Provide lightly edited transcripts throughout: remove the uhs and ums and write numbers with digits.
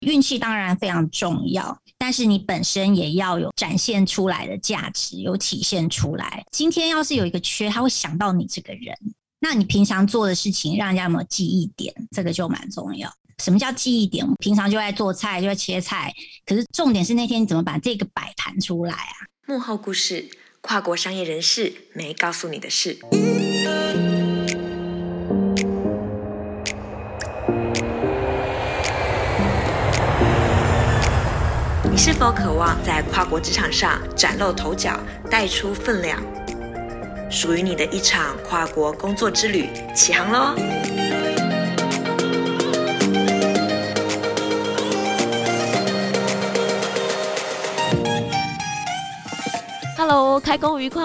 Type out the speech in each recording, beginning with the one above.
运气当然非常重要，但是你本身也要有展现出来的价值，有体现出来。今天要是有一个缺，他会想到你这个人，那你平常做的事情让人家有没有记忆点，这个就蛮重要。什么叫记忆点？我们平常就在做菜，就在切菜，可是重点是那天你怎么把这个摆盘出来啊？ 幕后故事，跨国商业人士没告诉你的事。你是否渴望在跨国职场上崭露头角，带出分量？属于你的一场跨国工作之旅起航咯。 Hello， 开工愉快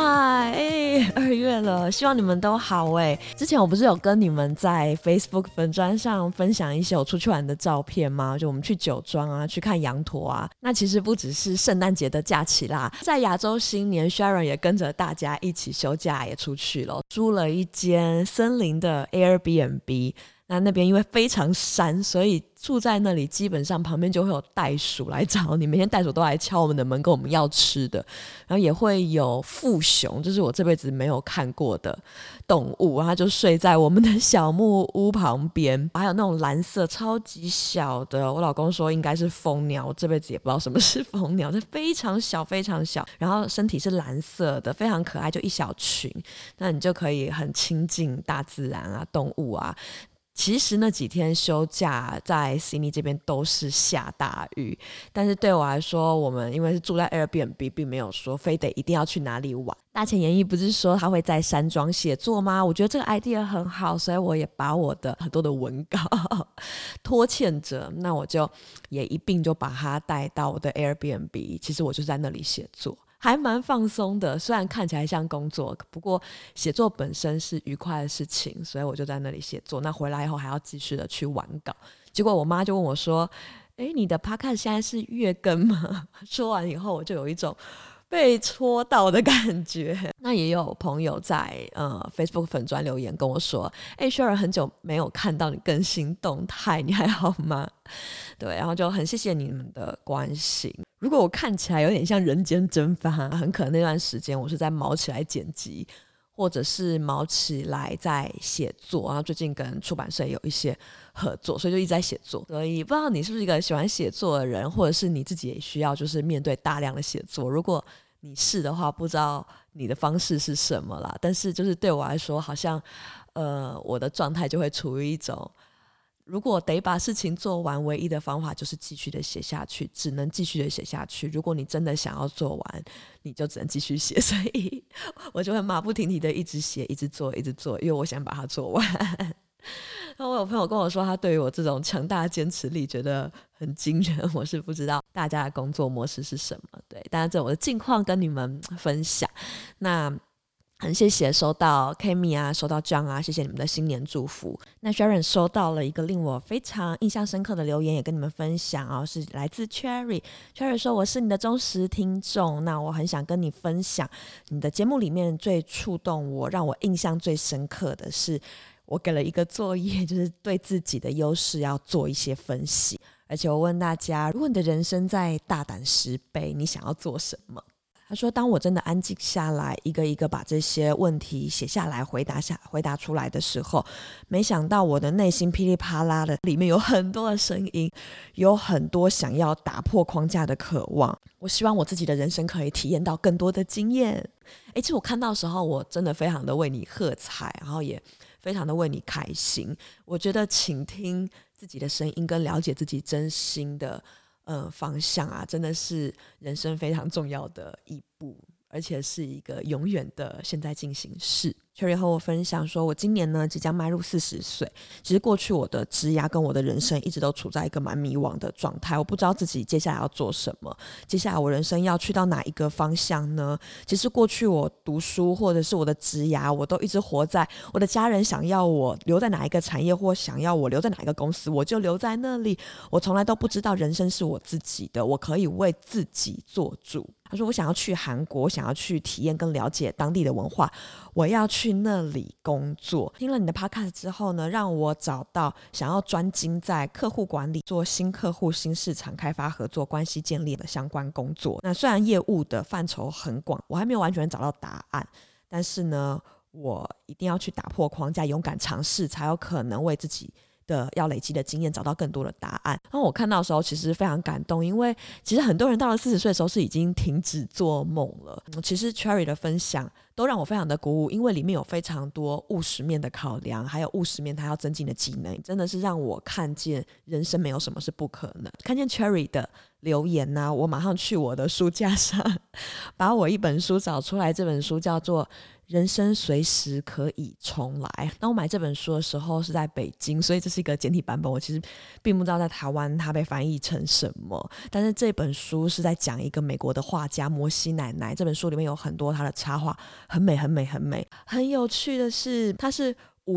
！2月了，希望你们都好之前我不是有跟你们在 Facebook 粉专上分享一些我出去玩的照片吗？就我们去酒庄啊，去看羊驼啊。那其实不只是圣诞节的假期啦，在亚洲新年 Sharon 也跟着大家一起休假也出去了，租了一间森林的 Airbnb。那边因为非常山，所以住在那里基本上旁边就会有袋鼠来找你，每天袋鼠都来敲我们的门跟我们要吃的，然后也会有富熊，就是我这辈子没有看过的动物，它就睡在我们的小木屋旁边。还有那种蓝色超级小的，我老公说应该是蜂鸟，我这辈子也不知道什么是蜂鸟，就非常小非常小，然后身体是蓝色的，非常可爱，就一小群，那你就可以很亲近大自然啊，动物啊。其实那几天休假在悉尼这边都是下大雨，但是对我来说，我们因为是住在 Airbnb， 并没有说非得一定要去哪里玩。大前研一不是说他会在山庄写作吗？我觉得这个 idea 很好，所以我也把我的很多的文稿拖欠着，那我就也一并就把它带到我的 Airbnb。其实我就在那里写作，还蛮放松的，虽然看起来像工作，不过写作本身是愉快的事情，所以我就在那里写作。那回来以后还要继续的去完稿。结果我妈就问我说，你的 podcast 现在是月更吗？说完以后我就有一种被戳到的感觉。那也有朋友在Facebook 粉专留言跟我说，Sharon 很久没有看到你更新动态，你还好吗？对，然后就很谢谢你们的关心。如果我看起来有点像人间蒸发，很可能那段时间我是在毛起来剪辑，或者是毛起来在写作，然后最近跟出版社有一些合作，所以就一直在写作。所以不知道你是不是一个喜欢写作的人，或者是你自己也需要就是面对大量的写作。如果你是的话，不知道你的方式是什么啦，但是就是对我来说，好像我的状态就会处于一种，如果得把事情做完，唯一的方法就是继续的写下去，只能继续的写下去。如果你真的想要做完，你就只能继续写，所以我就会马不停蹄的一直写，一直做，一直做，因为我想把它做完。然后我有朋友跟我说，他对于我这种强大的坚持力觉得很惊人，我是不知道大家的工作模式是什么，对，但是这我的近况跟你们分享。那很谢谢收到 Kami 啊，收到 John 啊，谢谢你们的新年祝福。那 Sharon 收到了一个令我非常印象深刻的留言，也跟你们分享哦，是来自 Cherry。Cherry 说，我是你的忠实听众，那我很想跟你分享你的节目里面最触动我，让我印象最深刻的是，我给了一个作业，就是对自己的优势要做一些分析，而且我问大家，如果你的人生再大胆10倍，你想要做什么？他说，当我真的安静下来，一个一个把这些问题写下来，回答出来的时候，没想到我的内心噼里啪啦的，里面有很多的声音，有很多想要打破框架的渴望。我希望我自己的人生可以体验到更多的经验。其实我看到的时候，我真的非常的为你喝彩，然后也非常的为你开心。我觉得倾听自己的声音跟了解自己真心的方向啊，真的是人生非常重要的一步，而且是一个永远的现在进行式。Cherry 和我分享说，我今年呢即将迈入40岁，其实过去我的职涯跟我的人生一直都处在一个蛮迷惘的状态，我不知道自己接下来要做什么，接下来我人生要去到哪一个方向呢？其实过去我读书或者是我的职涯，我都一直活在我的家人想要我留在哪一个产业，或想要我留在哪一个公司，我就留在那里。我从来都不知道人生是我自己的，我可以为自己做主。他说，我想要去韩国，我想要去体验跟了解当地的文化，我要去去那里工作。听了你的 podcast 之后呢，让我找到想要专精在客户管理、做新客户、新市场开发、合作关系建立的相关工作。那虽然业务的范畴很广，我还没有完全找到答案，但是呢，我一定要去打破框架，勇敢尝试，才有可能为自己的要累积的经验找到更多的答案。然后我看到的时候其实非常感动，因为其实很多人到了40岁的时候是已经停止做梦了。其实 Cherry 的分享都让我非常的鼓舞，因为里面有非常多务实面的考量，还有务实面他要增进的技能，真的是让我看见人生没有什么是不可能。看见 Cherry 的留言啊，我马上去我的书架上把我一本书找出来，这本书叫做人生随时可以重来。当我买这本书的时候是在北京，所以这是一个简体版本，我其实并不知道在台湾它被翻译成什么。但是这本书是在讲一个美国的画家摩西奶奶，这本书里面有很多她的插画，很美很美很美。很有趣的是，她是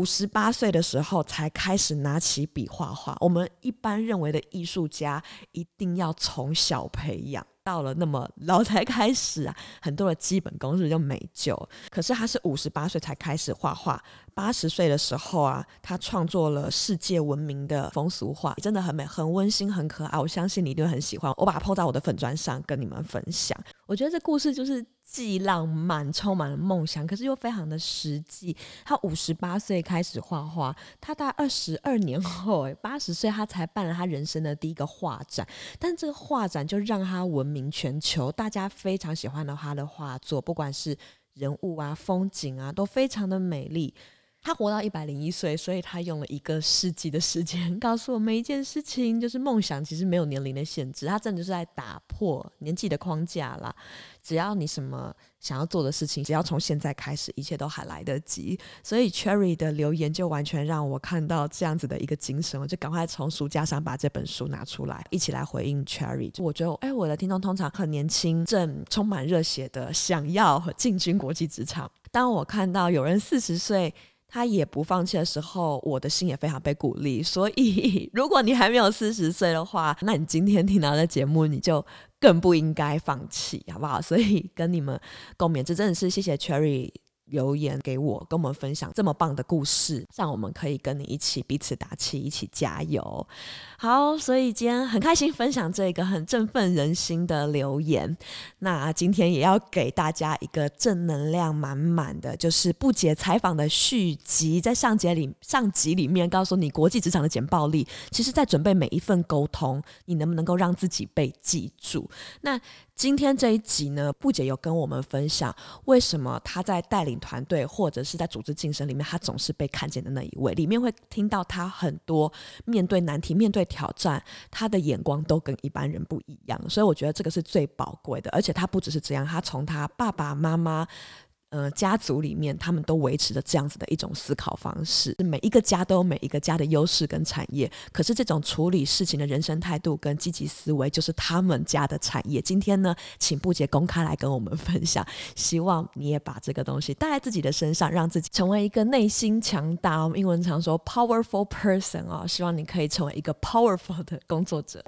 58岁的时候才开始拿起笔画画。我们一般认为的艺术家一定要从小培养，到了那么老才开始啊，很多的基本功是就没救。可是他是58岁才开始画画，80岁的时候啊，他创作了世界闻名的风俗画，真的很美，很温馨，很可爱，我相信你一定会很喜欢。我把它 po 在我的粉专上跟你们分享。我觉得这故事就是既浪漫充满了梦想，可是又非常的实际。他58岁开始画画，他大概22年后80岁他才办了他人生的第一个画展，但这个画展就让他闻名全球，大家非常喜欢他的画作，不管是人物啊、风景啊，都非常的美丽。他活到101岁，所以他用了1个世纪的时间告诉我们一件事情，就是梦想其实没有年龄的限制，他真的就是在打破年纪的框架啦。只要你什么想要做的事情，只要从现在开始，一切都还来得及。所以 Cherry 的留言就完全让我看到这样子的一个精神，我就赶快从书架上把这本书拿出来，一起来回应 Cherry。 我觉得我的听众通常很年轻，正充满热血的想要进军国际职场。当我看到有人40岁他也不放弃的时候，我的心也非常被鼓励。所以如果你还没有40岁的话，那你今天听到的节目你就更不应该放弃，好不好？所以跟你们共勉，这真的是谢谢 Cherry 留言给我，跟我们分享这么棒的故事，让我们可以跟你一起彼此打气，一起加油。好，所以今天很开心分享这个很振奋人心的留言。那今天也要给大家一个正能量满满的，就是不解采访的续集。在上集里面告诉你国际职场的简报力，其实在准备每一份沟通，你能不能够让自己被记住。那今天这一集呢，布姐有跟我们分享为什么她在带领团队或者是在组织晋升里面，她总是被看见的那一位。里面会听到她很多面对难题、面对挑战，她的眼光都跟一般人不一样，所以我觉得这个是最宝贵的。而且她不只是这样，她从她爸爸妈妈家族里面他们都维持着这样子的一种思考方式。每一个家都有每一个家的优势跟产业，可是这种处理事情的人生态度跟积极思维就是他们家的产业。今天呢，请布姐公开来跟我们分享，希望你也把这个东西带在自己的身上，让自己成为一个内心强大，我们英文常说 powerful person 哦，希望你可以成为一个 powerful 的工作者。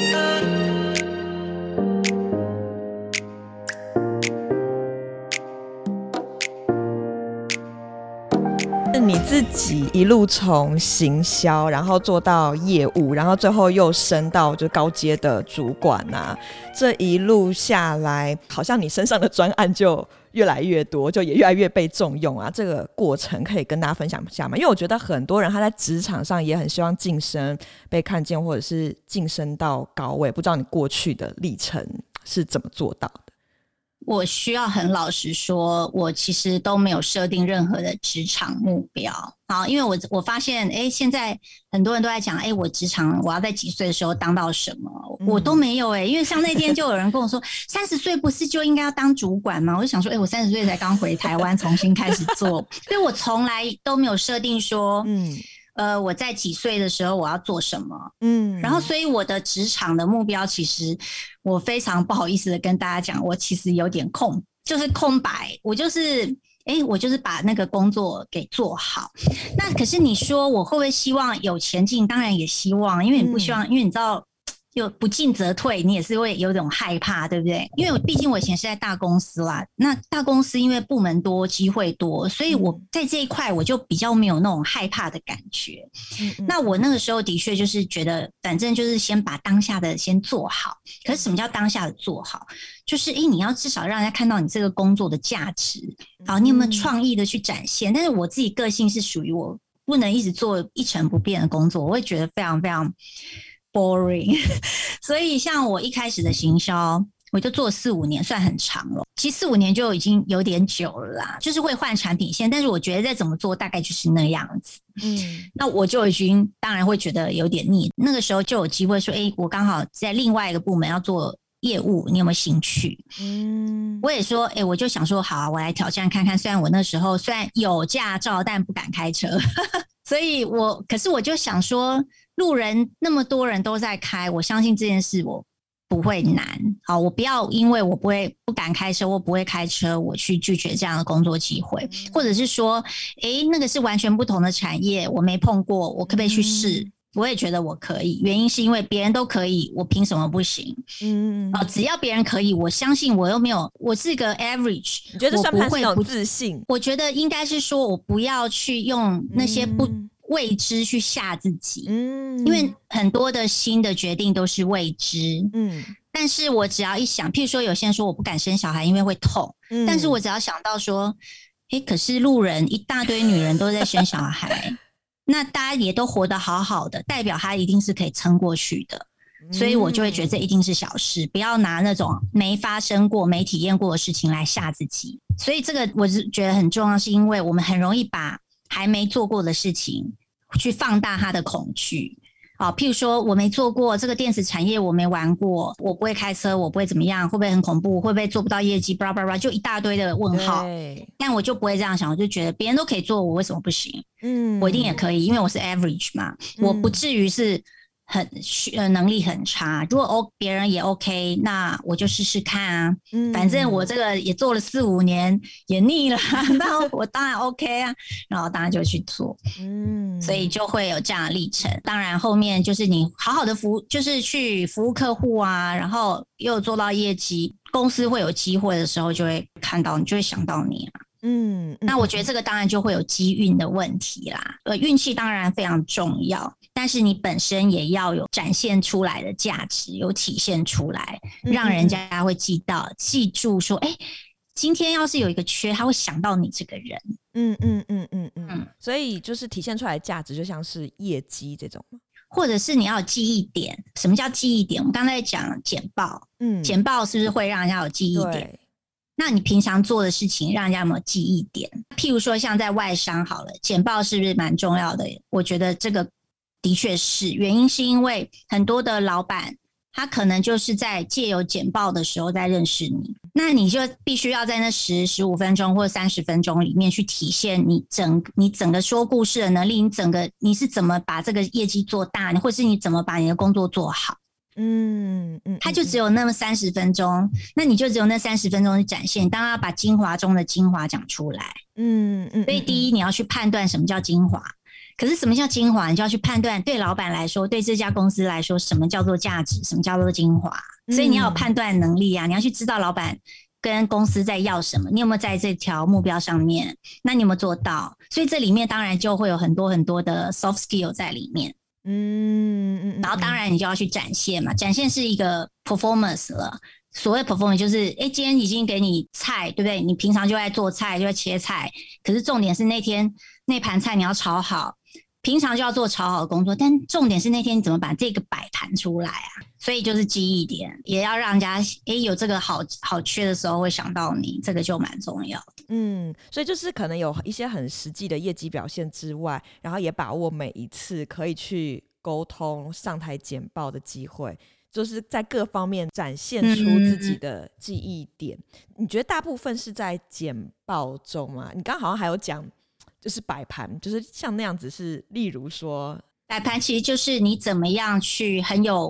你自己一路从行销，然后做到业务，然后最后又升到就高阶的主管啊，这一路下来，好像你身上的专案就越来越多，就也越来越被重用啊。这个过程可以跟大家分享一下吗？因为我觉得很多人他在职场上也很希望晋升、被看见，或者是晋升到高位，不知道你过去的历程是怎么做到的？ 我需要很老实说，我其实都没有设定任何的职场目标。好，因为我发现，现在很多人都在讲，我职场我要在几岁的时候当到什么，我都没有因为像那天就有人跟我说，30岁不是就应该要当主管吗？我就想说，我30岁才刚回台湾，重新开始做，所以我从来都没有设定说，我在几岁的时候我要做什么，然后所以我的职场的目标，其实我非常不好意思的跟大家讲，我其实有点空白，我就是把那个工作给做好。那可是你说我会不会希望有前进？当然也希望，因为你不希望，因为你知道又不进则退，你也是会有种害怕，对不对？因为毕竟我以前是在大公司啦，那大公司因为部门多机会多，所以我在这一块我就比较没有那种害怕的感觉。那我那个时候的确就是觉得反正就是先把当下的先做好。可是什么叫当下的做好？就是你要至少让人家看到你这个工作的价值，好，你有没有创意的去展现？但是我自己个性是属于我不能一直做一成不变的工作，我会觉得非常非常 boring 所以像我一开始的行销我就做了4-5年，算很长了。其实4-5年就已经有点久了啦，就是会换产品线，但是我觉得再怎么做大概就是那样子。那我就已经当然会觉得有点腻。那个时候就有机会说，我刚好在另外一个部门要做业务，你有没有兴趣？我也说，我就想说，好啊，我来挑战看看。虽然我那时候虽然有驾照，但不敢开车，所以可是我就想说，路人那么多人都在开，我相信这件事我不会难。好，我不要因为我不敢开车，我不会开车，我去拒绝这样的工作机会，或者是说，那个是完全不同的产业，我没碰过，我可不可以去试？我也觉得我可以，原因是因为别人都可以，我凭什么不行？只要别人可以，我相信我又没有，我是个 average。 你觉得算不算是有自信？ 我觉得应该是说我不要去用那些未知去吓自己，因为很多的新的决定都是未知。但是我只要一想，譬如说有些人说我不敢生小孩因为会痛，但是我只要想到说，可是路人一大堆女人都在生小孩。那大家也都活得好好的，代表他一定是可以撑过去的，所以我就会觉得这一定是小事，不要拿那种没发生过、没体验过的事情来吓自己。所以这个我是觉得很重要，是因为我们很容易把还没做过的事情去放大他的恐惧。譬如说我没做过这个电子产业，我没玩过，我不会开车，我不会怎么样，会不会很恐怖，会不会做不到业绩，巴拉巴拉，就一大堆的问号。但我就不会这样想，我就觉得别人都可以做，我为什么不行？我一定也可以，因为我是 average 嘛，我不至于是能力很差。如果别人也 OK， 那我就试试看啊。反正我这个也做了4-5年，也腻了，那我当然 OK 啊，然后当然就去做。所以就会有这样的历程。当然后面就是你好好的就是去服务客户啊，然后又有做到业绩，公司会有机会的时候就会看到你，就会想到你啊。那我觉得这个当然就会有机运的问题啦。运气当然非常重要，但是你本身也要有展现出来的价值，有体现出来，让人家会记住说，今天要是有一个缺，他会想到你这个人。 所以就是体现出来的价值就像是业绩这种吗？ 或者是你要有记忆点。什么叫记忆点？我们刚才讲简报，简报是不是会让人家有记忆点？那你平常做的事情让人家有没有记忆点？譬如说像在外商好了，简报是不是蛮重要的？我觉得这个的确是，原因是因为很多的老板他可能就是在借由简报的时候在认识你，那你就必须要在那10-15分钟或30分钟里面去体现你整个说故事的能力，你是怎么把这个业绩做大，或是你怎么把你的工作做好。他就只有那么30分钟，那你就只有那30分钟去展现，当然要把精华中的精华讲出来。所以第一你要去判断什么叫精华，可是什么叫精华，你就要去判断对老板来说，对这家公司来说，什么叫做价值，什么叫做精华。所以你要有判断能力啊，你要去知道老板跟公司在要什么，你有没有在这条目标上面，那你有没有做到。所以这里面当然就会有很多很多的 soft skill 在里面。然后当然你就要去展现嘛，展现是一个 performance 了。所谓 performance 就是今天已经给你菜，对不对？你平常就在做菜，就在切菜，可是重点是那天那盘菜你要炒好，平常就要做炒好的工作，但重点是那天你怎么把这个摆盘出来啊。所以就是记忆点，也要让人家有这个好缺的时候会想到你，这个就蛮重要的。 所以就是可能有一些很实际的业绩表现之外，然后也把握每一次可以去沟通上台简报的机会，就是在各方面展现出自己的记忆点。你觉得大部分是在简报中吗？你刚刚好像还有讲就是摆盘，就是像那样子，是例如说摆盘其实就是你怎么样去很有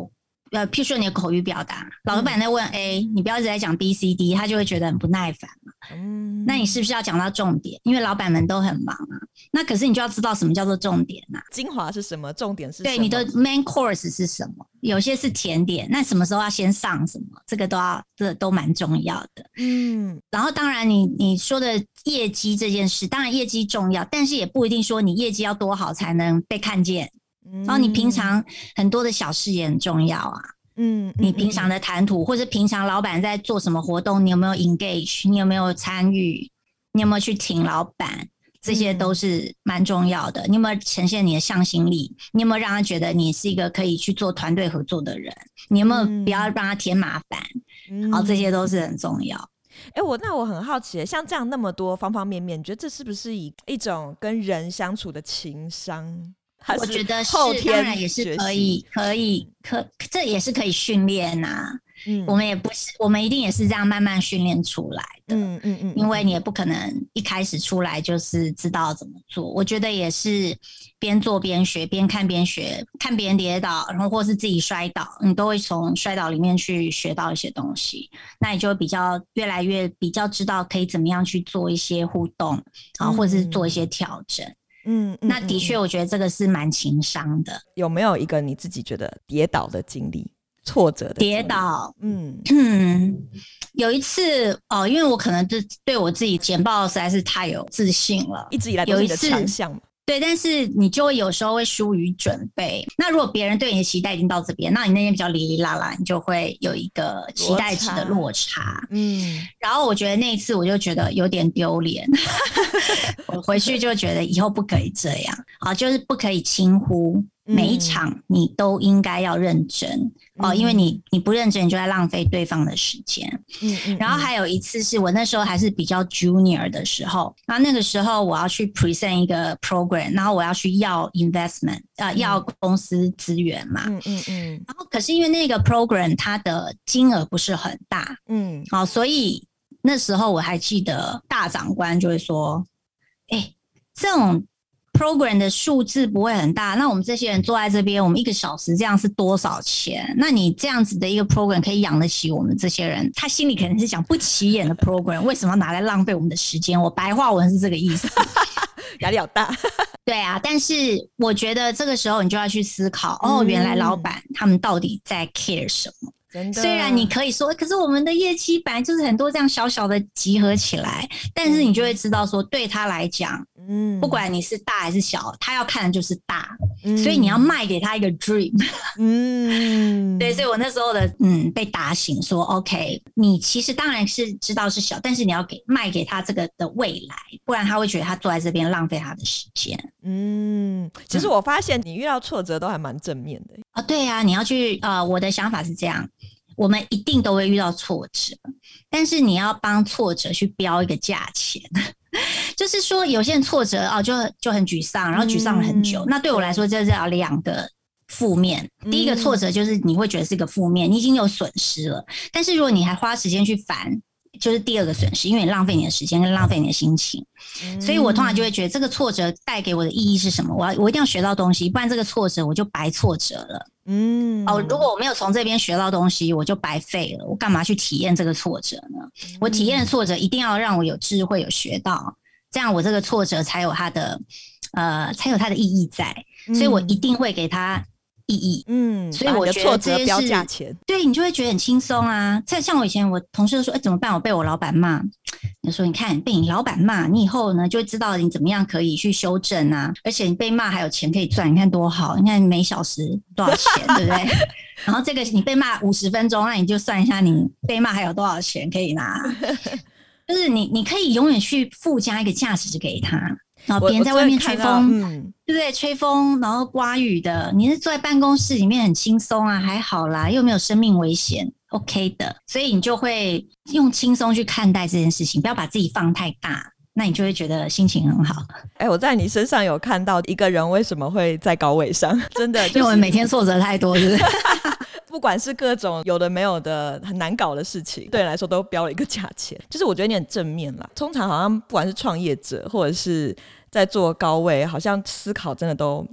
譬如说你的口语表达，老板在问 A，你不要一直在讲 B、C、D， 他就会觉得很不耐烦嘛。那你是不是要讲到重点？因为老板们都很忙啊。那可是你就要知道什么叫做重点啊？ 精华是什么？重点是什么？ 对，你的 main course 是什么？有些是甜点，那什么时候要先上什么？这个都蛮重要的。然后当然你说的业绩这件事，当然业绩重要，但是也不一定说你业绩要多好才能被看见。然后你平常很多的小事也很重要啊。你平常的谈吐，或者平常老板在做什么活动，你有没有 engage， 你有没有参与，你有没有去挺老板，这些都是蛮重要的。你有没有呈现你的向心力？你有没有让他觉得你是一个可以去做团队合作的人？你有没有不要让他添麻烦？然后这些都是很重要。 那我很好奇，像这样那么多方方面面，你觉得这是不是一种跟人相处的情商？ 我觉得是，当然也是可以，这也是可以训练啊。我们也不是，我们一定也是这样慢慢训练出来的。因为你也不可能一开始出来就是知道怎么做。我觉得也是边做边学，边看边学，看别人跌倒，然后或是自己摔倒，你都会从摔倒里面去学到一些东西。那你就会越来越比较知道可以怎么样去做一些互动，或者是做一些调整。那的确我觉得这个是蛮情商的。 有没有一个你自己觉得跌倒的经历，挫折的经历？跌倒有一次因为我可能对我自己简报实在是太有自信了， 一直以来都是你的强项嘛。 对，但是你就会有时候会疏于准备。那如果别人对你的期待已经到这边，那你那天比较哩哩啦啦，你就会有一个期待值的落差。然后我觉得那一次我就觉得有点丢脸，我回去就觉得以后不可以这样，就是不可以轻忽。每一场你都应该要认真因为你不认真，你就在浪费对方的时间。然后还有一次是我那时候还是比较 junior 的时候，然后那个时候我要去 present 一个 program， 然后我要去要 investment，要公司资源嘛。然后可是因为那个 program 它的金额不是很大，所以那时候我还记得大长官就会说，这种program 的数字不会很大，那我们这些人坐在这边，我们1个小时这样是多少钱？那你这样子的一个 program 可以养得起我们这些人？他心里可能是想不起眼的 program， 为什么要拿来浪费我们的时间？我白话文是这个意思。 压力好大。 对啊，但是我觉得这个时候你就要去思考，原来老板他们到底在 care 什么？虽然你可以说可是我们的业绩本来就是很多这样小小的集合起来，但是你就会知道说对他来讲不管你是大还是小，他要看的就是大，所以你要卖给他一个 dream。对，所以我那时候的被打醒说 OK， 你其实当然是知道是小，但是你要卖给他这个的未来，不然他会觉得他坐在这边浪费他的时间。 其实我发现你遇到挫折都还蛮正面的。 对啊，你要去我的想法是这样，我们一定都会遇到挫折，但是你要帮挫折去标一个价钱。就是说有些人挫折就很沮丧，然后沮丧了很久。那对我来说这是要2个负面。第一个挫折就是你会觉得是个负面，你已经有损失了，但是如果你还花时间去烦，就是第2个损失，因为你浪费你的时间跟浪费你的心情。所以我通常就会觉得这个挫折带给我的意义是什么，我一定要学到东西，不然这个挫折我就白挫折了。如果我没有从这边学到东西，我就白费了，我干嘛去体验这个挫折呢？我体验的挫折一定要让我有智慧，有学到，这样我这个挫折才有它的意义在，所以我一定会给它意义。所以我觉得这些标价钱， 对，你就会觉得很轻松啊。像我以前我同事就说怎么办，我被我老板骂。你说你看被你老板骂，你以后呢就会知道你怎么样可以去修正啊，而且你被骂还有钱可以赚，你看多好，你看每小时多少钱对不对？然后这个你被骂50分钟，那你就算一下你被骂还有多少钱可以拿。就是你可以永远去附加一个价值给他，然后别人在外面吹风，对不对？吹风然后刮雨的，你是坐在办公室里面很轻松啊，还好啦，又没有生命危险 ，OK 的，所以你就会用轻松去看待这件事情，不要把自己放太大，那你就会觉得心情很好。 我在你身上有看到一个人为什么会在高位上，真的、就是、 因为我们每天挫折太多，是不是？ 不管是各种有的没有的很难搞的事情，对你来说都标了一个价钱。就是我觉得你很正面啦，通常好像不管是创业者或者是在做高位，好像思考真的都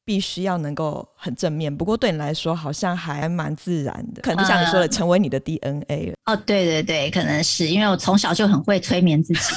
必须要能够很正面，不过对你来说好像还蛮自然的，可能就像你说的成为你的 DNA 了。 哦，对对对，可能是因为我从小就很会催眠自己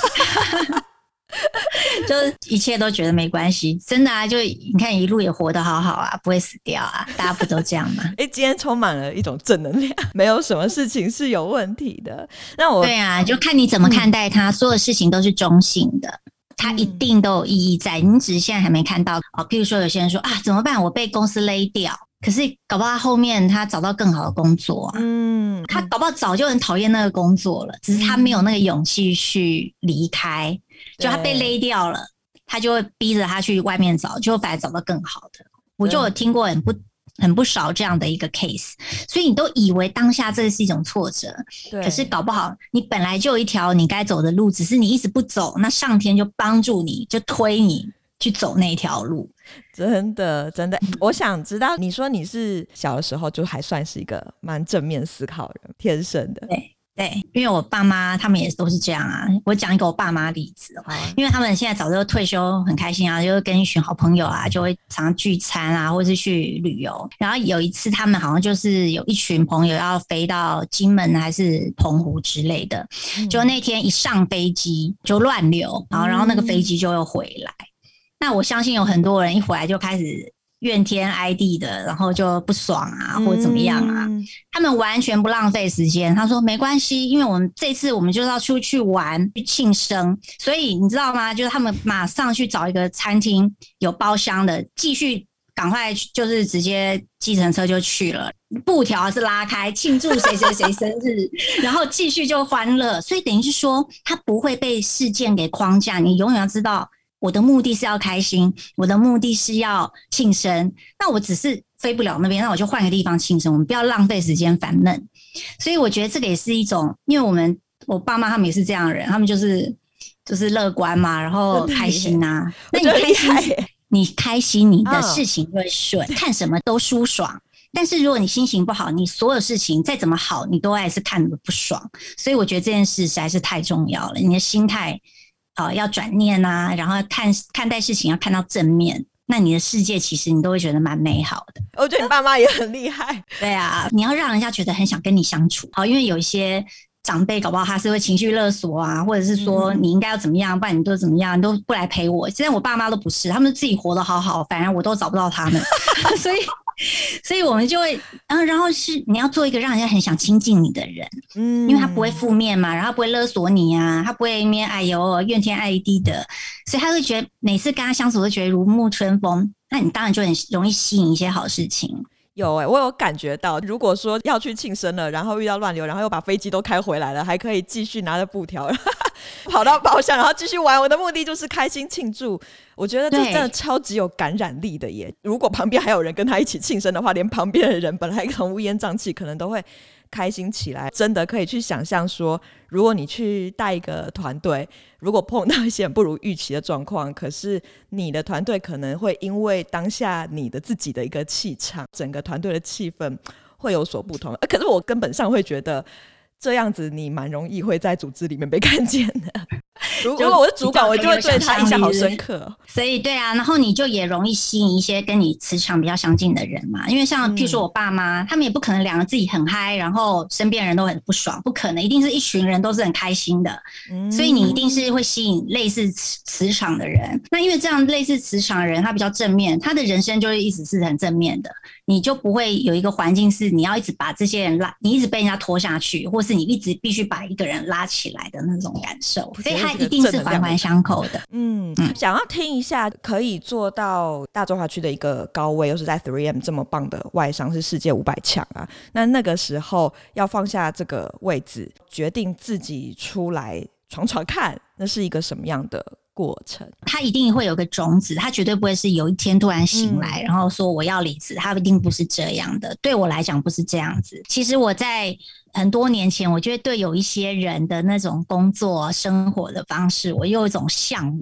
就是一切都觉得没关系，真的啊，就你看一路也活得好好啊，不会死掉啊，大家不都这样吗？ 今天充满了一种正能量，没有什么事情是有问题的。那我对啊，就看你怎么看待它，所有事情都是中性的，它一定都有意义在，你只是现在还没看到哦。譬如说有些人说啊，怎么办？我被公司勒掉，可是搞不好他后面他找到更好的工作啊，他搞不好早就很讨厌那个工作了，只是他没有那个勇气去离开，就他被勒掉了，他就会逼着他去外面找，就反而找到更好的。我就有听过很不少这样的一个 case， 所以你都以为当下这是一种挫折，可是搞不好你本来就有一条你该走的路，只是你一直不走，那上天就帮助你，就推你去走那条路。 真的真的，我想知道，你说你是小的时候就还算是一个蛮正面思考的人，天生的。 对，因为我爸妈他们也都是这样啊。我讲一个我爸妈例子因为他们现在早就退休，很开心啊，就跟一群好朋友啊，就会常聚餐啊，或是去旅游。然后有一次，他们好像就是有一群朋友要飞到金门还是澎湖之类的，就那天一上飞机就乱流，然后那个飞机就又回来。那我相信有很多人一回来就开始怨天哀地的，然后就不爽啊，或者怎么样啊，他们完全不浪费时间。他说没关系，因为我们这次我们就是要出去玩去庆生，所以你知道吗？就是他们马上去找一个餐厅有包厢的，继续赶快就是直接计程车就去了，布条是拉开庆祝谁谁谁生日，然后继续就欢乐。所以等于是说，他不会被事件给框架，你永远要知道。我的目的是要开心，我的目的是要庆生，那我只是飞不了那边，那我就换个地方庆生，我们不要浪费时间烦闷。所以我觉得这个也是一种，因为我爸妈他们也是这样的人，他们就是乐观嘛，然后开心啊。那你开心，你开心，你的事情就会顺，看什么都舒爽。但是如果你心情不好，你所有事情再怎么好，你都还是看得不爽。所以我觉得这件事实在是太重要了，你的心态。要转念啊，然后看待事情要看到正面，那你的世界其实你都会觉得蛮美好的。 我觉得你爸妈也很厉害。 对啊，你要让人家觉得很想跟你相处。好，因为有一些长辈搞不好他是会情绪勒索啊，或者是说你应该要怎么样，不然你都怎么样，你都不来陪我。现在我爸妈都不是，他们自己活得好好，反而我都找不到他们，所以我们就会，然后是你要做一个让人家很想亲近你的人，因为他不会负面嘛，然后他不会勒索你啊，他不会面哎呦怨天哀地的，所以他会觉得每次跟他相处都觉得如沐春风，那你当然就很容易吸引一些好事情。 有我有感觉到，如果说要去庆生了，然后遇到乱流，然后又把飞机都开回来了，还可以继续拿着布条跑到包厢，然后继续玩。我的目的就是开心庆祝。我觉得这真的超级有感染力的耶！如果旁边还有人跟他一起庆生的话，连旁边的人本来很乌烟瘴气，可能都会开心起来。真的可以去想象说，如果你去带一个团队，如果碰到一些不如预期的状况，可是你的团队可能会因为当下你的自己的一个气场，整个团队的气氛会有所不同。可是我根本上会觉得这样子你蛮容易会在组织里面被看见的。如果我是主管，我就会对他印象好深刻。 所以对啊，然后你就也容易吸引一些跟你磁场比较相近的人嘛。因为像譬如说我爸妈，他们也不可能两个自己很嗨，然后身边人都很不爽，不可能，一定是一群人都是很开心的。所以你一定是会吸引类似磁场的人。那因为这样类似磁场的人，他比较正面，他的人生就会一直是很正面的，你就不会有一个环境是你要一直把这些人你一直被人家拖下去，或是你一直必须把一个人拉起来的那种感受。所以它一定是环环相扣的。 想要听一下可以做到大中华区的一个高位，又是在 3M 这么棒的外商，是世界500强啊。那个时候要放下这个位置，决定自己出来闯闯看，那是一个什么样的过程？ 他一定会有个种子，他绝对不会是有一天突然醒来，然后说我要离职，他一定不是这样的。对我来讲不是这样子。其实我在很多年前，我觉得对有一些人的那种工作生活的方式，我有一种向往。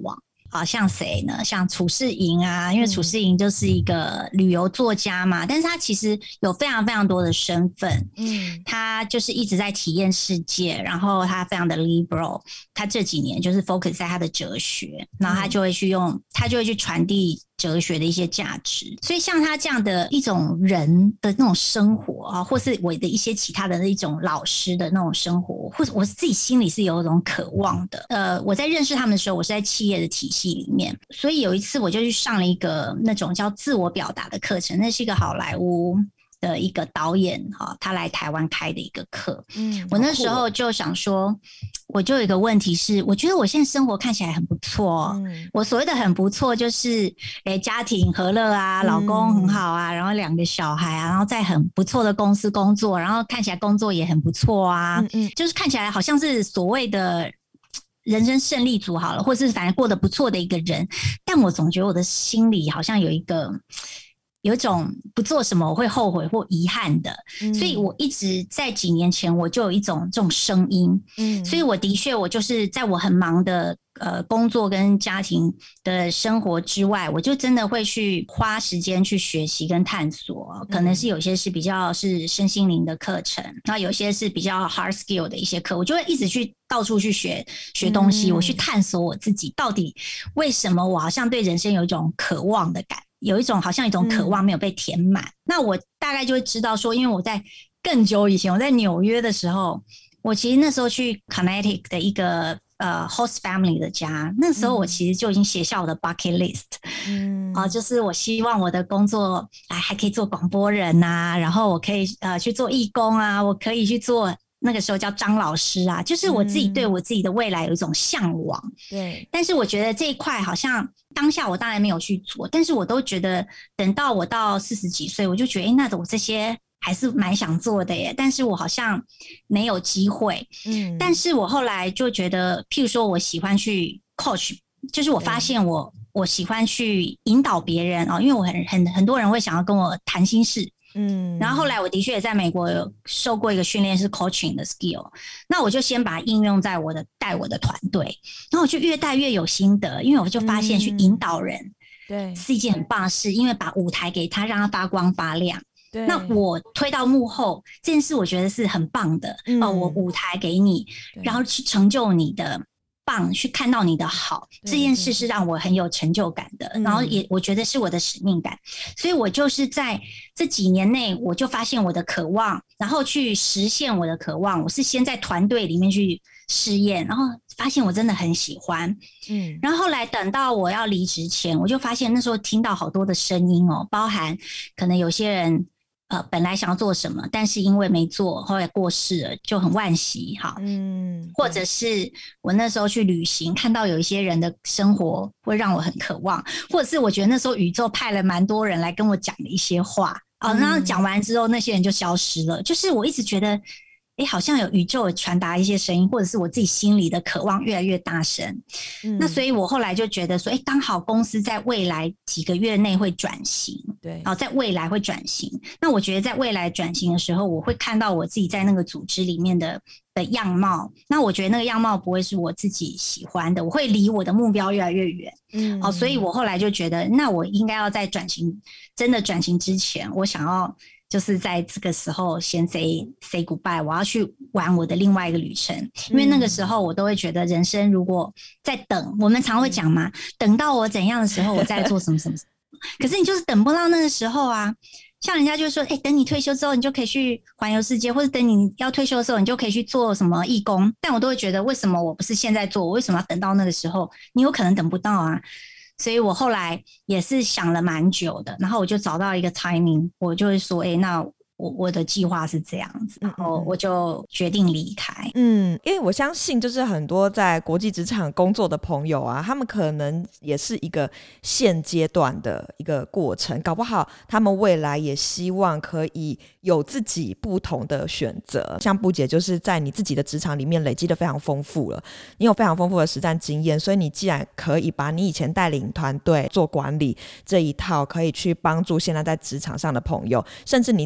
像谁呢？像楚世莹啊，因为楚世莹就是一个旅游作家嘛，但是他其实有非常非常多的身份，他就是一直在体验世界，然后他非常的 liberal， 他这几年就是 focus 在他的哲学，然后他就会去传递哲学的一些价值，所以像他这样的一种人的那种生活啊，或是我的一些其他的一种老师的那种生活，或者我自己心里是有一种渴望的。我在认识他们的时候，我是在企业的体系里面，所以有一次我就去上了一个那种叫自我表达的课程，那是一个好莱坞的一个导演他来台湾开的一个课。我那时候就想说，我就有一个问题是，我觉得我现在生活看起来很不错我所谓的很不错就是家庭和乐啊，老公很好啊，然后2个小孩啊，然后在很不错的公司工作，然后看起来工作也很不错啊，就是看起来好像是所谓的人生胜利组好了，或是反正过得不错的一个人，但我总觉得我的心里好像有一种不做什么我会后悔或遗憾的，所以我一直在几年前我就有一种这种声音，所以我的确我就是在我很忙的工作跟家庭的生活之外，我就真的会去花时间去学习跟探索，可能是有些是比较是身心灵的课程，然后有些是比较 hard skill 的一些课，我就会一直去到处去学东西，我去探索我自己到底为什么我好像对人生有一种渴望的感觉，有一种好像一种渴望没有被填满，那我大概就会知道说，因为我在更久以前我在纽约的时候，我其实那时候去 Connecticut 的一个host family 的家，那时候我其实就已经写下我的 bucket list，就是我希望我的工作还可以做广播人啊，然后我可以去做义工啊，我可以去做那个时候叫张老师啊，就是我自己对我自己的未来有一种向往。 对， 但是我觉得这一块好像当下我当然没有去做，但是我都觉得等到我到40几岁，我就觉得那我这些还是蛮想做的耶，但是我好像没有机会。但是我后来就觉得，譬如说我喜欢去 coach， 就是我发现我喜欢去引导别人因为我很多人会想要跟我谈心事。然后后来我的确也在美国有受过一个训练是 coaching 的 skill， 那我就先把它应用在带我的团队，然后我就越带越有心得，因为我就发现去引导人对是一件很棒的事，因为把舞台给他，让他发光发亮。那我推到幕后这件事我觉得是很棒的我舞台给你，然后去成就你的棒，去看到你的好，这件事是让我很有成就感的，然后也我觉得是我的使命感，所以我就是在这几年内我就发现我的渴望，然后去实现我的渴望，我是先在团队里面去试验，然后发现我真的很喜欢然后后来等到我要离职前，我就发现那时候听到好多的声音包含可能有些人本来想要做什么，但是因为没做，后来过世了，就很惋惜哈。或者是我那时候去旅行，看到有一些人的生活会让我很渴望，或者是我觉得那时候宇宙派了蛮多人来跟我讲的一些话然后讲完之后，那些人就消失了。就是我一直觉得，好像有宇宙传达一些声音，或者是我自己心里的渴望越来越大声。那所以我后来就觉得说，刚好公司在未来几个月内会转型， 对， 在未来会转型。那我觉得在未来转型的时候，我会看到我自己在那个组织里面的样貌。那我觉得那个样貌不会是我自己喜欢的，我会离我的目标越来越远。所以我后来就觉得，那我应该要在真的转型之前，我想要就是在这个时候先 say goodbye， 我要去玩我的另外一个旅程。因为那个时候我都会觉得，人生如果在等，我们常会讲嘛，等到我怎样的时候，我再做什么什么。可是你就是等不到那个时候啊。像人家就说，等你退休之后，你就可以去环游世界，或者等你要退休的时候，你就可以去做什么义工。但我都会觉得，为什么我不是现在做？我为什么要等到那个时候？你有可能等不到啊。所以我后来也是想了蛮久的，然后我就找到一个 timing， 我就会说，那我的计划是这样子，然后我就决定离开。 因为我相信就是很多在国际职场工作的朋友啊，他们可能也是一个现阶段的一个过程，搞不好他们未来也希望可以有自己不同的选择。像布姐就是在你自己的职场里面累积的非常丰富了，你有非常丰富的实战经验，所以你既然可以把你以前带领团队做管理这一套可以去帮助现在在职场上的朋友，甚至你自己在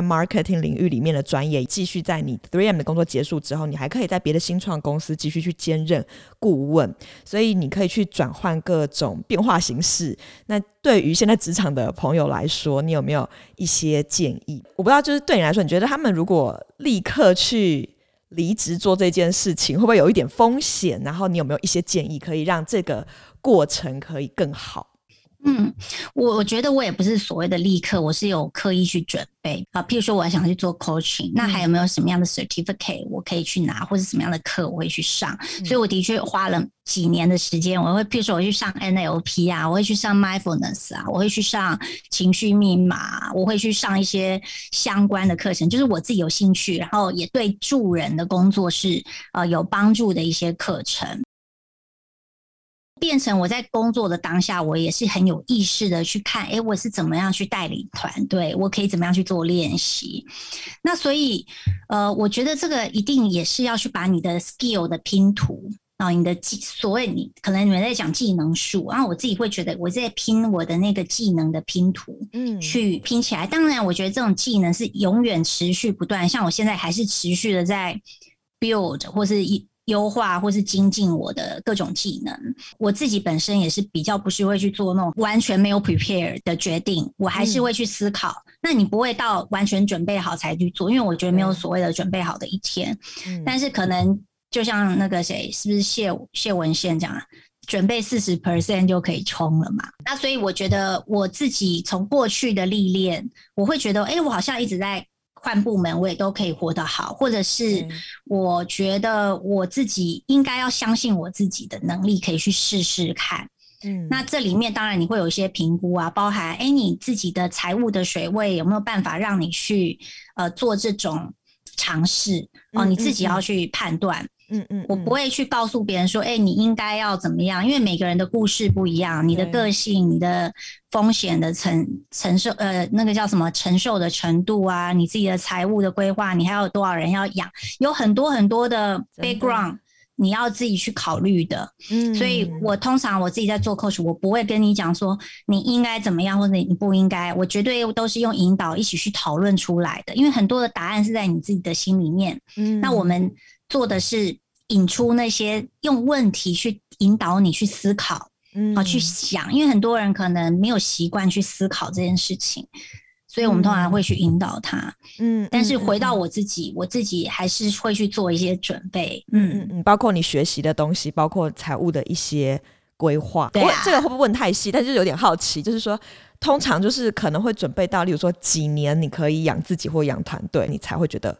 marketing 领域里面的专业，继续在你 3M 的工作结束之后，你还可以在别的新创公司继续去兼任顾问，所以你可以去转换各种变化形式。那对于现在职场的朋友来说，你有没有一些建议？我不知道，就是对你来说，你觉得他们如果立刻去离职做这件事情，会不会有一点风险？然后你有没有一些建议可以让这个过程可以更好？ 我觉得我也不是所谓的立刻，我是有刻意去准备啊。譬如说我想去做 coaching， 那还有没有什么样的 certificate 我可以去拿，或者什么样的课我会去上？所以我的确花了几年的时间，我会譬如说我会去上 NLP 啊，我会去上 mindfulness 啊，我会去上情绪密码，我会去上一些相关的课程，就是我自己有兴趣，然后也对助人的工作是有帮助的一些课程。变成我在工作的当下，我也是很有意识的去看，我是怎么样去带领团队，我可以怎么样去做练习。那所以，我觉得这个一定也是要去把你的 skill 的拼图啊，你的所谓你可能你们在讲技能树，然后我自己会觉得我在拼我的那个技能的拼图，去拼起来。当然，我觉得这种技能是永远持续不断，像我现在还是持续的在 build 或是优化或是精进我的各种技能。我自己本身也是比较不是会去做那种完全没有 prepare 的决定，我还是会去思考。那你不会到完全准备好才去做，因为我觉得没有所谓的准备好的一天。但是可能就像那个谁，是不是谢文宪讲准备 40% 就可以冲了嘛。那所以我觉得我自己从过去的历练，我会觉得我好像一直在换部门我也都可以活得好，或者是我觉得我自己应该要相信我自己的能力，可以去试试看。那这里面当然你会有一些评估啊，包含你自己的财务的水位有没有办法让你去做这种尝试你自己要去判断。我不会去告诉别人说你应该要怎么样，因为每个人的故事不一样，你的个性，你的风险的承受那个叫什么承受的程度啊，你自己的财务的规划，你还有多少人要养，有很多很多的 background 你要自己去考虑的。所以我通常我自己在做 coach， 我不会跟你讲说你应该怎么样或者你不应该，我绝对都是用引导一起去讨论出来的，因为很多的答案是在你自己的心里面。那我们做的是引出那些用问题去引导你去思考，去想，因为很多人可能没有习惯去思考这件事情，所以我们通常会去引导他。但是回到我自己还是会去做一些准备。 包括你学习的东西，包括财务的一些规划。 对啊， 这个会不会问太细？但是有点好奇，就是说通常就是可能会准备到例如说几年你可以养自己或养团队，你才会觉得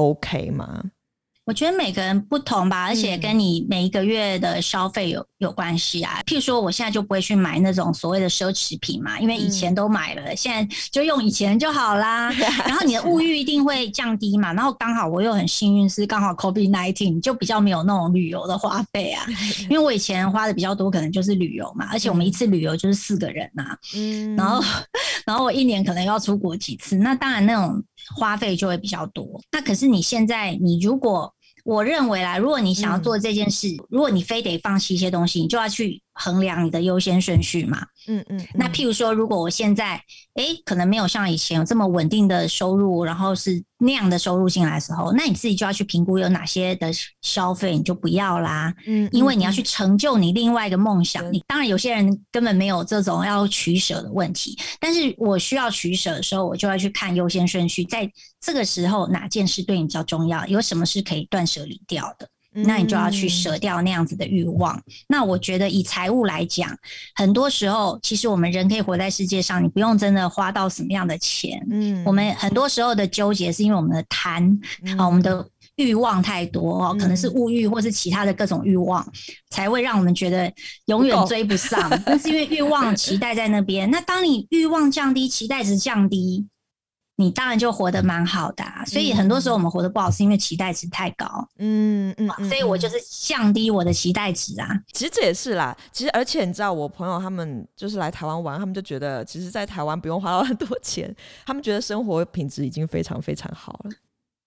OK 吗？ 我觉得每个人不同吧，而且跟你每一个月的消费有关系啊。譬如说我现在就不会去买那种所谓的奢侈品嘛，因为以前都买了，现在就用以前就好啦。然后你的物欲一定会降低嘛，然后刚好我又很幸运是刚好 COVID-19 就比较没有那种旅游的花费啊。因为我以前花的比较多可能就是旅游嘛，而且我们一次旅游就是4个人啊。然后我一年可能要出国几次，那当然那种花费就会比较多。那可是你现在如果我认为啦，如果你想要做这件事，如果你非得放弃一些东西，你就要去衡量你的优先顺序嘛。那譬如说如果我现在可能没有像以前有这么稳定的收入，然后是那样的收入进来的时候，那你自己就要去评估有哪些的消费你就不要啦。因为你要去成就你另外一个梦想。你当然有些人根本没有这种要取舍的问题，但是我需要取舍的时候，我就要去看优先顺序，在这个时候哪件事对你比较重要，有什么是可以断舍离掉的，那你就要去舍掉那样子的欲望。那我觉得以财务来讲，很多时候其实我们人可以活在世界上，你不用真的花到什么样的钱。我们很多时候的纠结是因为我们的贪我们的欲望太多可能是物欲或是其他的各种欲望，才会让我们觉得永远追不上。但是因为欲望期待在那边，那当你欲望降低，期待值降低，你当然就活得蛮好的所以很多时候我们活得不好是因为期待值太高。所以我就是降低我的期待值啊。 其实这也是啦，其实而且你知道我朋友他们就是来台湾玩，他们就觉得其实在台湾不用花到很多钱，他们觉得生活品质已经非常非常好了。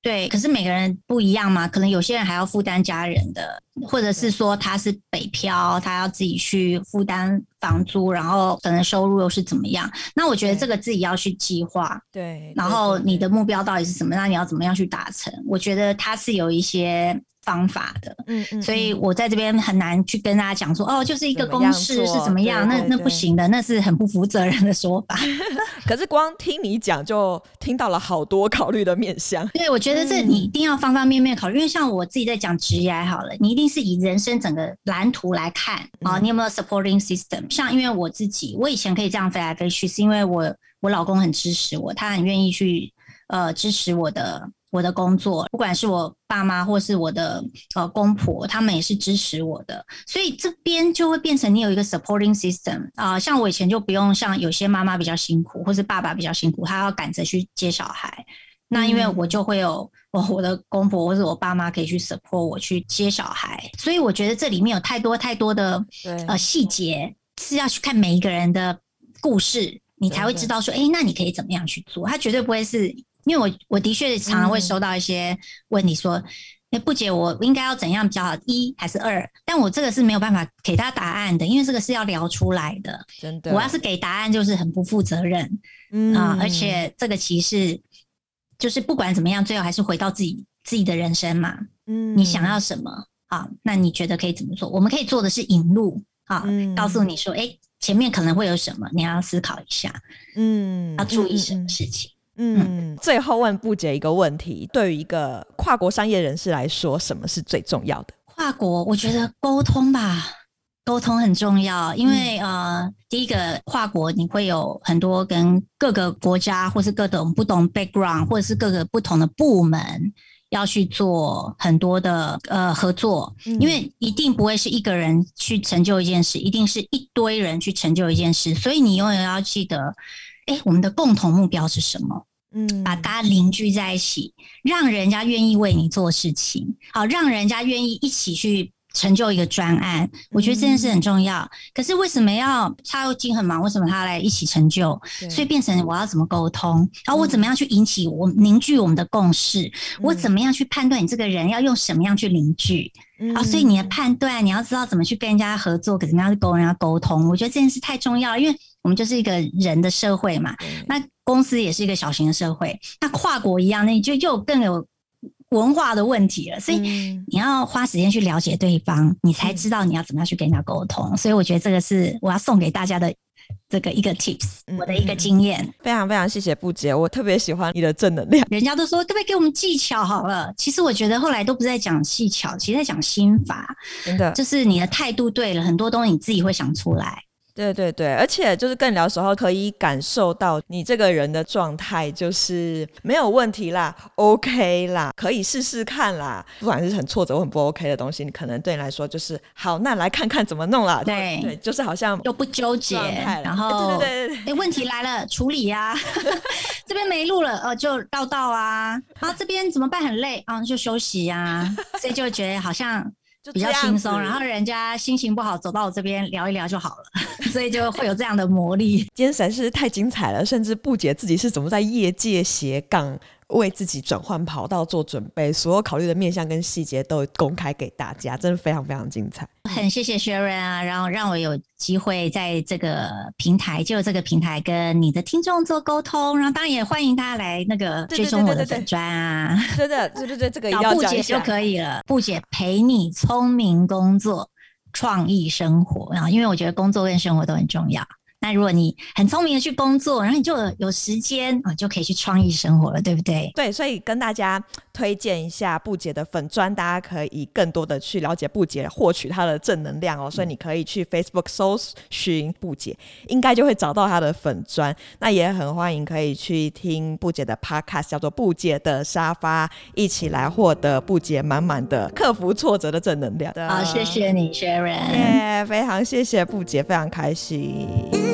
对，可是每个人不一样嘛，可能有些人还要负担家人的，或者是说他是北漂，他要自己去负担房租，然后可能收入又是怎么样。那我觉得这个自己要去计划， 对， 然后你的目标到底是什么，那你要怎么样去达成？我觉得它是有一些方法的，所以我在这边很难去跟大家讲说，哦，就是一个公式是怎么样，那不行的，那是很不负责任的说法。 可是光听你讲就听到了好多考虑的面向。 对，我觉得这你一定要方方面面考虑，因为像我自己在讲职业好了，你一定是以人生整个蓝图来看啊，你有没有 supporting system？ 像因为我自己，我以前可以这样飞来飞去，是因为我老公很支持我，他很愿意去支持我的工作，不管是我爸妈或是我的公婆，他们也是支持我的，所以这边就会变成你有一个 supporting system 像我以前就不用像有些妈妈比较辛苦，或是爸爸比较辛苦，他要赶着去接小孩，那因为我就会有我的公婆或是我爸妈可以去 support 我去接小孩，所以我觉得这里面有太多的细节是要去看每一个人的故事，你才会知道说，那你可以怎么样去做，他绝对不会是。因为我的确常常会收到一些问题说，不姐，我应该要怎样比较好，1还是2？但我这个是没有办法给他答案的，因为这个是要聊出来的。 真的， 我要是给答案就是很不负责任，而且这个其实就是不管怎么样，最后还是回到自己的人生嘛。你想要什么啊？那你觉得可以怎么做？我们可以做的是引路啊，告诉你说，前面可能会有什么，你要思考一下，要注意什么事情。 最后问布姐一个问题，对于一个跨国商业人士来说，什么是最重要的？ 跨国我觉得沟通吧，沟通很重要，因为第一个跨国你会有很多跟各个国家或是各种不同 background 或者是各个不同的部门要去做很多的合作，因为一定不会是一个人去成就一件事，一定是一堆人去成就一件事，所以你永远要记得我们的共同目标是什么？把大家凝聚在一起，让人家愿意为你做事情，好，让人家愿意一起去成就一个专案，我觉得这件事很重要。可是为什么他又经很忙，为什么他来一起成就？所以变成我要怎么沟通，然后我怎么样去引起凝聚我们的共识，我怎么样去判断你这个人要用什么样去凝聚。所以你的判断，你要知道怎么去跟人家合作，怎么样去跟人家沟通。我觉得这件事太重要了，因为我们就是一个人的社会嘛，那公司也是一个小型的社会，那跨国一样，那你就又更有文化的问题了，所以你要花时间去了解对方，你才知道你要怎么样去跟人家沟通。所以我觉得这个是我要送给大家的这个一个 tips，我的一个经验。 非常非常谢谢布姐，我特别喜欢你的正能量。 人家都说可不可以给我们技巧好了，其实我觉得后来都不是在讲技巧，其实在讲心法，真的就是你的态度对了，很多东西你自己会想出来。 对对对，而且就是跟你聊的时候可以感受到你这个人的状态就是没有问题啦， OK 啦，可以试试看啦，不管是很挫折或很不 OK 的东西，你可能对你来说就是好，那来看看怎么弄啦。对对，就是好像又不纠结，然后对，问题来了处理啊这边没路了就绕啊，然后这边怎么办很累就休息啊所以就觉得好像比较轻松，然后人家心情不好走到我这边聊一聊就好了所以就会有这样的魔力。 今天实在是太精彩了，甚至布姐自己是怎么在业界斜杠为自己转换跑道做准备，所有考虑的面向跟细节都公开给大家，真的非常非常精彩。 很谢谢 Sharon 啊，然后让我有机会在这个平台，就这个平台跟你的听众做沟通，然后当然也欢迎大家来那个追踪我的粉专啊。 对对对对对，这个一定要讲一下。 布姐就可以了，布姐陪你聪明工作，创意生活啊，因为我觉得工作跟生活都很重要。那如果你很聪明的去工作，然后你就有时间就可以去创意生活了，对不对？ 对，所以跟大家推荐一下布姐的粉专，大家可以更多的去了解布姐，获取她的正能量所以你可以去 Facebook 搜寻布姐，应该就会找到她的粉专。那也很欢迎可以去听布姐的 Podcast， 叫做布姐的沙发，一起来获得布姐满满的克服挫折的正能量。 好，谢谢你 Sharon， 非常谢谢布姐，非常开心。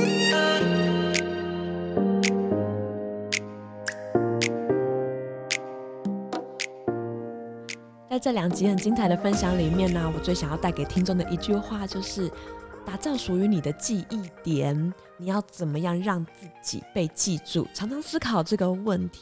在这2集很精彩的分享里面呢，我最想要带给听众的一句话就是打造属于你的记忆点，你要怎么样让自己被记住？常常思考这个问题，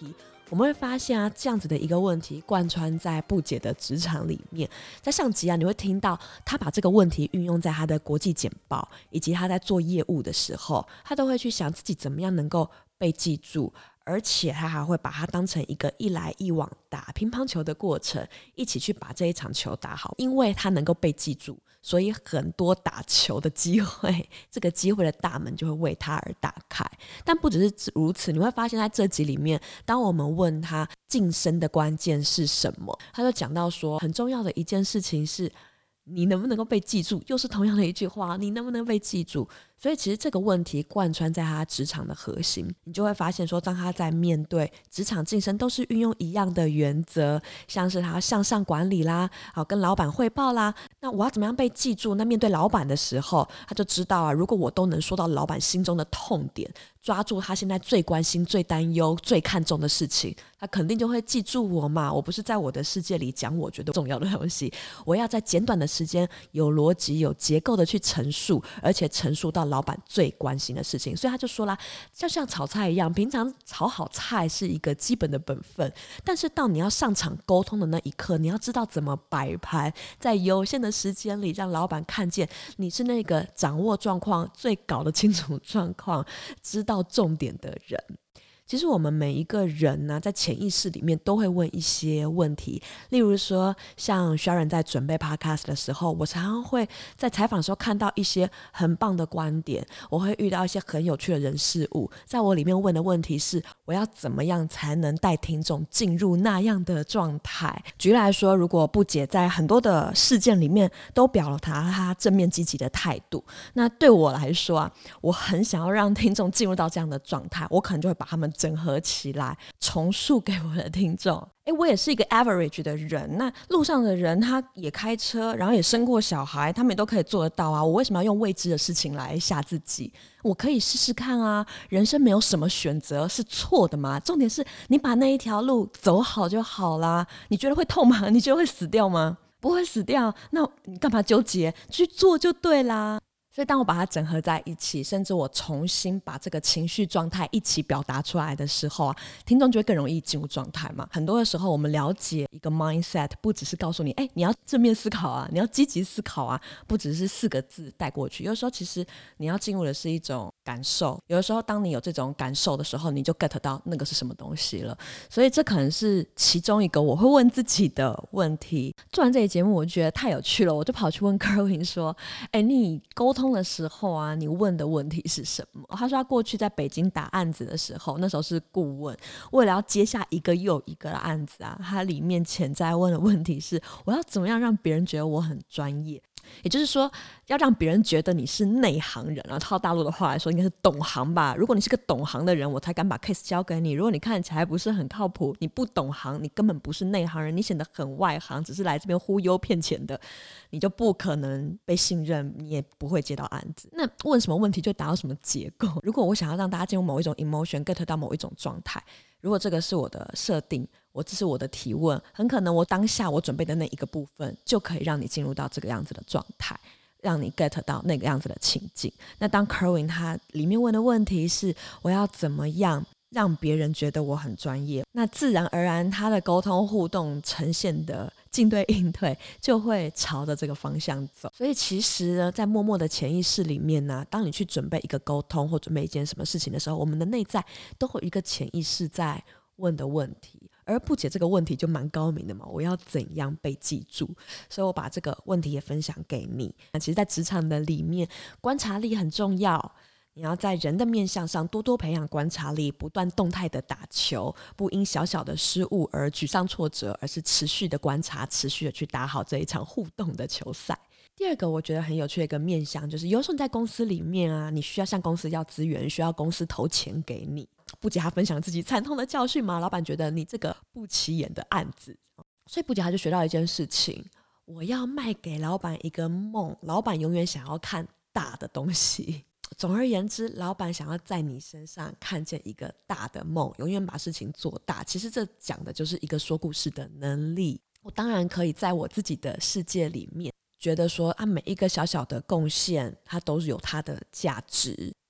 我们会发现啊，这样子的一个问题贯穿在不解的职场里面。在上集啊，你会听到他把这个问题运用在他的国际简报，以及他在做业务的时候，他都会去想自己怎么样能够被记住，而且他还会把它当成一个一来一往打乒乓球的过程，一起去把这一场球打好。因为他能够被记住，所以很多打球的机会，这个机会的大门就会为他而打开。但不只是如此，你会发现在这集里面，当我们问他晋升的关键是什么，他就讲到说很重要的一件事情是你能不能够被记住，又是同样的一句话，你能不能被记住。所以其实这个问题贯穿在他职场的核心，你就会发现说，当他在面对职场晋升都是运用一样的原则，像是他要向上管理啦，跟老板汇报啦，那我要怎么样被记住？那面对老板的时候，他就知道啊，如果我都能说到老板心中的痛点，抓住他现在最关心、最担忧、最看重的事情，他肯定就会记住我嘛。我不是在我的世界里讲我觉得重要的东西，我要在简短的时间有逻辑、有结构的去陈述，而且陈述到老板最关心的事情。所以他就说啦，就像炒菜一样，平常炒好菜是一个基本的本分，但是到你要上场沟通的那一刻，你要知道怎么摆盘，在有限的时间里让老板看见你是那个掌握状况最搞得清楚状况、知道重点的人。其实我们每一个人呢，在潜意识里面都会问一些问题，例如说像 Sharon 在准备 podcast 的时候，我常常会在采访的时候看到一些很棒的观点，我会遇到一些很有趣的人事物，在我里面问的问题是，我要怎么样才能带听众进入那样的状态。举例来说，如果不解在很多的事件里面都表达他正面积极的态度，那对我来说啊，我很想要让听众进入到这样的状态，我可能就会把他们整合起来重述给我的听众。我也是一个 average 的人，那路上的人他也开车，然后也生过小孩，他们也都可以做得到啊，我为什么要用未知的事情来吓自己？我可以试试看啊，人生没有什么选择是错的嘛，重点是你把那一条路走好就好啦。你觉得会痛吗？你觉得会死掉吗？不会死掉，那你干嘛纠结？去做就对啦。所以当我把它整合在一起，甚至我重新把这个情绪状态一起表达出来的时候啊，听众就会更容易进入状态嘛。很多的时候我们了解一个 mindset 不只是告诉你你要正面思考啊，你要积极思考啊，不只是4个字带过去。有的时候其实你要进入的是一种感受，有的时候当你有这种感受的时候，你就 get 到那个是什么东西了。所以这可能是其中一个我会问自己的问题。做完这期节目我就觉得太有趣了，我就跑去问 Kerwin 说你沟通的时候啊，你问的问题是什么？他说他过去在北京打案子的时候，那时候是顾问，为了要接下一个又一个的案子啊，他里面潜在问的问题是，我要怎么样让别人觉得我很专业？也就是说，要让别人觉得你是内行人啊，套大陆的话来说应该是懂行吧。如果你是个懂行的人，我才敢把 case 交给你。如果你看起来不是很靠谱，你不懂行，你根本不是内行人，你显得很外行，只是来这边忽悠骗钱的，你就不可能被信任，你也不会接到案子。那问什么问题就达到什么结构。如果我想要让大家进入某一种 emotion， get 到某一种状态，如果这个是我的设定，这是我的提问，很可能我当下我准备的那一个部分就可以让你进入到这个样子的状态，让你 get 到那个样子的情境。那当 Kerwin 他里面问的问题是，我要怎么样让别人觉得我很专业，那自然而然他的沟通互动呈现的进对应对就会朝着这个方向走。所以其实呢，在默默的潜意识里面呢，当你去准备一个沟通或准备一件什么事情的时候，我们的内在都会有一个潜意识在问的问题，而不解这个问题就蛮高明的嘛，我要怎样被记住？所以我把这个问题也分享给你。其实在职场的里面，观察力很重要，你要在人的面向上多多培养观察力，不断动态的打球，不因小小的失误而沮丧挫折，而是持续的观察，持续的去打好这一场互动的球赛。第二个我觉得很有趣的一个面向，就是有时候你在公司里面啊，你需要向公司要资源，需要公司投钱给你。布姐她分享自己惨痛的教训嘛，老板觉得你这个不起眼的案子，所以布姐她就学到一件事情，我要卖给老板一个梦，老板永远想要看大的东西。总而言之，老板想要在你身上看见一个大的梦，永远把事情做大。其实这讲的就是一个说故事的能力。我当然可以在我自己的世界里面觉得说每一个小小的贡献它都是有它的价值，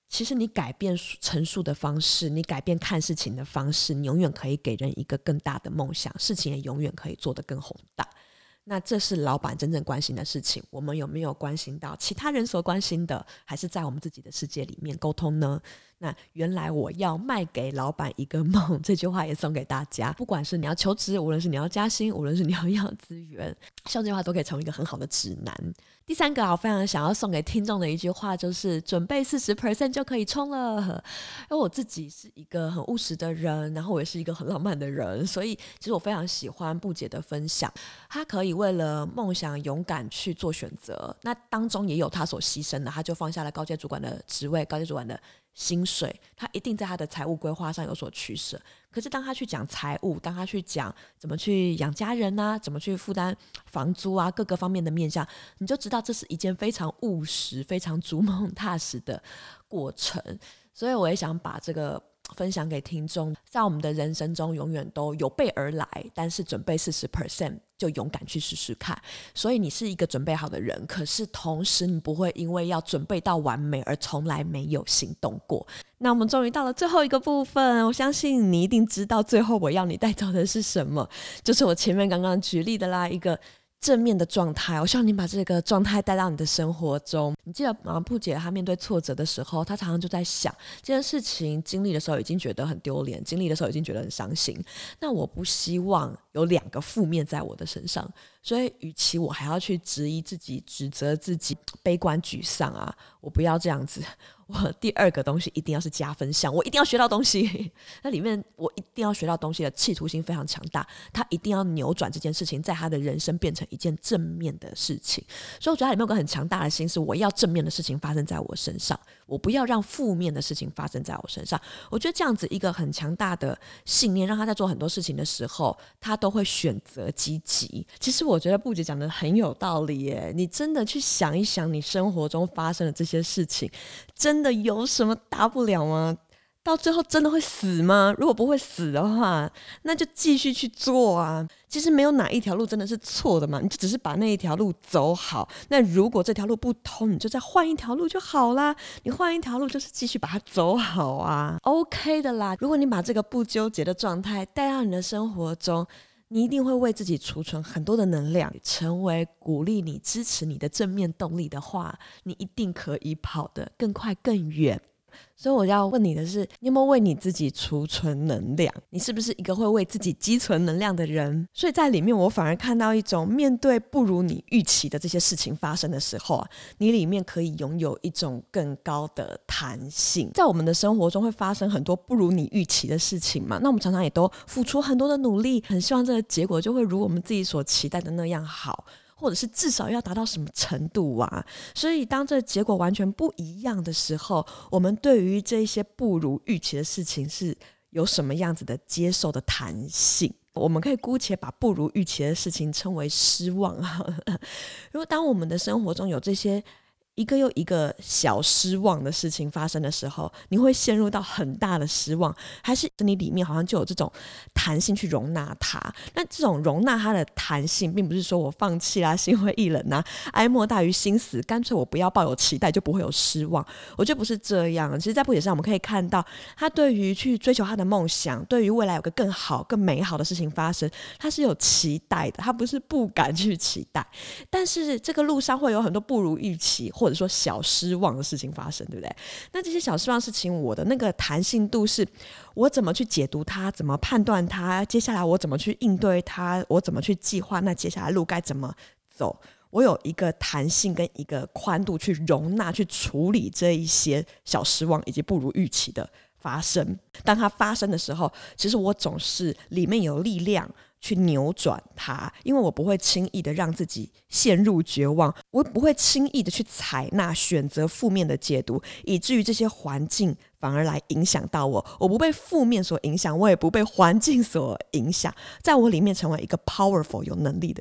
其实你改变陈述的方式，你改变看事情的方式，你永远可以给人一个更大的梦想，事情也永远可以做得更宏大。那这是老板真正关心的事情，我们有没有关心到其他人所关心的，还是在我们自己的世界里面沟通呢？那原来我要卖给老板一个梦，这句话也送给大家，不管是你要求职，无论是你要加薪，无论是你要资源，像这句话都可以成为一个很好的指南。第三个我非常想要送给听众的一句话就是准备 40% 就可以冲了。因为我自己是一个很务实的人，然后我也是一个很浪漫的人，所以其实我非常喜欢布姐的分享，她可以为了梦想勇敢去做选择，那当中也有她所牺牲的，她就放下了高阶主管的职位，高阶主管的薪水，他一定在他的财务规划上有所取舍。可是当他去讲财务，当他去讲怎么去养家人啊，怎么去负担房租啊，各个方面的面向，你就知道这是一件非常务实非常逐梦踏实的过程。所以我也想把这个分享给听众，在我们的人生中永远都有备而来，但是准备 40% 就勇敢去试试看。所以你是一个准备好的人，可是同时你不会因为要准备到完美而从来没有行动过。那我们终于到了最后一个部分，我相信你一定知道最后我要你带走的是什么，就是我前面刚刚举例的啦，一个正面的状态。我希望你把这个状态带到你的生活中。你记得布姐她面对挫折的时候，她常常就在想这件事情经历的时候已经觉得很丢脸，经历的时候已经觉得很伤心，那我不希望有2个负面在我的身上，所以与其我还要去质疑自己，指责自己，悲观沮丧啊，我不要这样子。我第2个东西一定要是加分项，我一定要学到东西。那里面我一定要学到东西的企图心非常强大，他一定要扭转这件事情，在他的人生变成一件正面的事情。所以我觉得他里面有个很强大的心，是我要正面的事情发生在我身上，我不要让负面的事情发生在我身上。我觉得这样子一个很强大的信念，让他在做很多事情的时候，他都会选择积极。其实我觉得布姐讲的很有道理耶，你真的去想一想，你生活中发生的这些事情，真的有什么大不了吗？到最后真的会死吗？如果不会死的话，那就继续去做啊。其实没有哪一条路真的是错的嘛，你就只是把那一条路走好。那如果这条路不通，你就再换一条路就好啦。你换一条路就是继续把它走好啊 ，OK 的啦。如果你把这个不纠结的状态带到你的生活中，你一定会为自己储存很多的能量，成为鼓励你、支持你的正面动力的话，你一定可以跑得更快更远。所以我要问你的是，你有没有为你自己储存能量？你是不是一个会为自己积存能量的人？所以在里面我反而看到一种面对不如你预期的这些事情发生的时候啊，你里面可以拥有一种更高的弹性。在我们的生活中会发生很多不如你预期的事情嘛，那我们常常也都付出很多的努力，很希望这个结果就会如我们自己所期待的那样好，或者是至少要达到什么程度啊。所以当这结果完全不一样的时候，我们对于这些不如预期的事情是有什么样子的接受的弹性？我们可以姑且把不如预期的事情称为失望。如果当我们的生活中有这些一个又一个小失望的事情发生的时候，你会陷入到很大的失望，还是你里面好像就有这种弹性去容纳它？那这种容纳它的弹性，并不是说我放弃啦，心灰意冷啊，哀莫大于心死，干脆我不要抱有期待就不会有失望。我觉得不是这样。其实在布姐上我们可以看到，他对于去追求他的梦想，对于未来有个更好更美好的事情发生，他是有期待的，他不是不敢去期待。但是这个路上会有很多不如预期或者说小失望的事情发生，对不对？那这些小失望的事情，我的那个弹性度是我怎么去解读它，怎么判断它，接下来我怎么去应对它，我怎么去计划那接下来路该怎么走，我有一个弹性跟一个宽度去容纳去处理这一些小失望以及不如预期的发生。当它发生的时候，其实我总是里面有力量去扭转它，因为我不会轻易的让自己陷入绝望，我不会轻易的去采纳选择负面的解读，以至于这些环境反而来影响到我。我不被负面所影响，我也不被环境所影响，在我里面成为一个 powerful 有能力的人。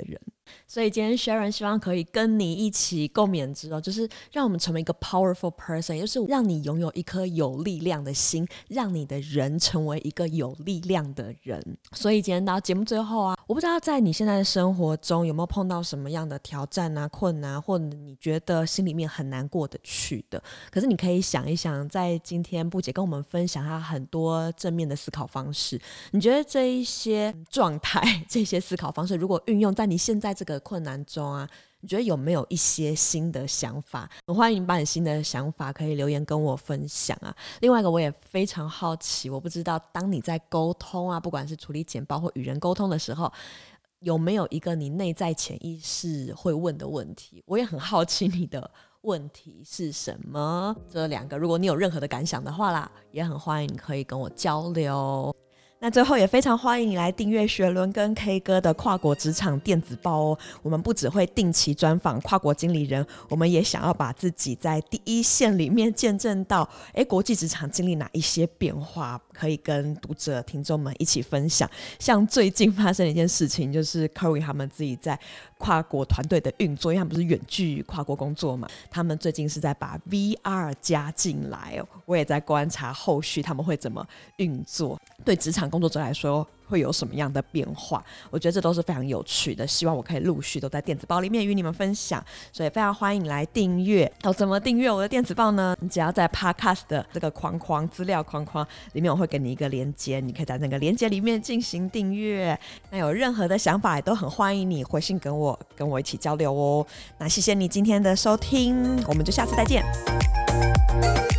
所以今天 Sharon 希望可以跟你一起共勉之哦，就是让我们成为一个 powerful person， 也就是让你拥有一颗有力量的心，让你的人成为一个有力量的人。所以今天到节目最后啊，我不知道在你现在的生活中有没有碰到什么样的挑战啊、困难，或者你觉得心里面很难过得去的，可是你可以想一想，在今天布姐跟我们分享她很多正面的思考方式，你觉得这一些状态、这些思考方式如果运用在你现在这个困难中啊，你觉得有没有一些新的想法？我欢迎你把你新的想法可以留言跟我分享啊。另外一个我也非常好奇，我不知道当你在沟通啊，不管是处理简报或与人沟通的时候，有没有一个你内在潜意识会问的问题？我也很好奇你的问题是什么。这两个如果你有任何的感想的话啦，也很欢迎你可以跟我交流。那最后也非常欢迎你来订阅学伦跟 K 哥的跨国职场电子报哦。我们不只会定期专访跨国经理人，我们也想要把自己在第一线里面见证到国际职场经历哪一些变化，可以跟读者听众们一起分享。像最近发生的一件事情，就是 Kerwin 他们自己在跨国团队的运作，因为他们不是远距跨国工作嘛，他们最近是在把 VR 加进来哦。我也在观察后续他们会怎么运作，对职场工作者来说会有什么样的变化，我觉得这都是非常有趣的，希望我可以陆续都在电子报里面与你们分享，所以非常欢迎来订阅。怎么订阅我的电子报呢？你只要在 Podcast 的这个资料框框里面，我会给你一个连结，你可以在那个连结里面进行订阅。那有任何的想法也都很欢迎你回信跟我一起交流哦。那谢谢你今天的收听，我们就下次再见。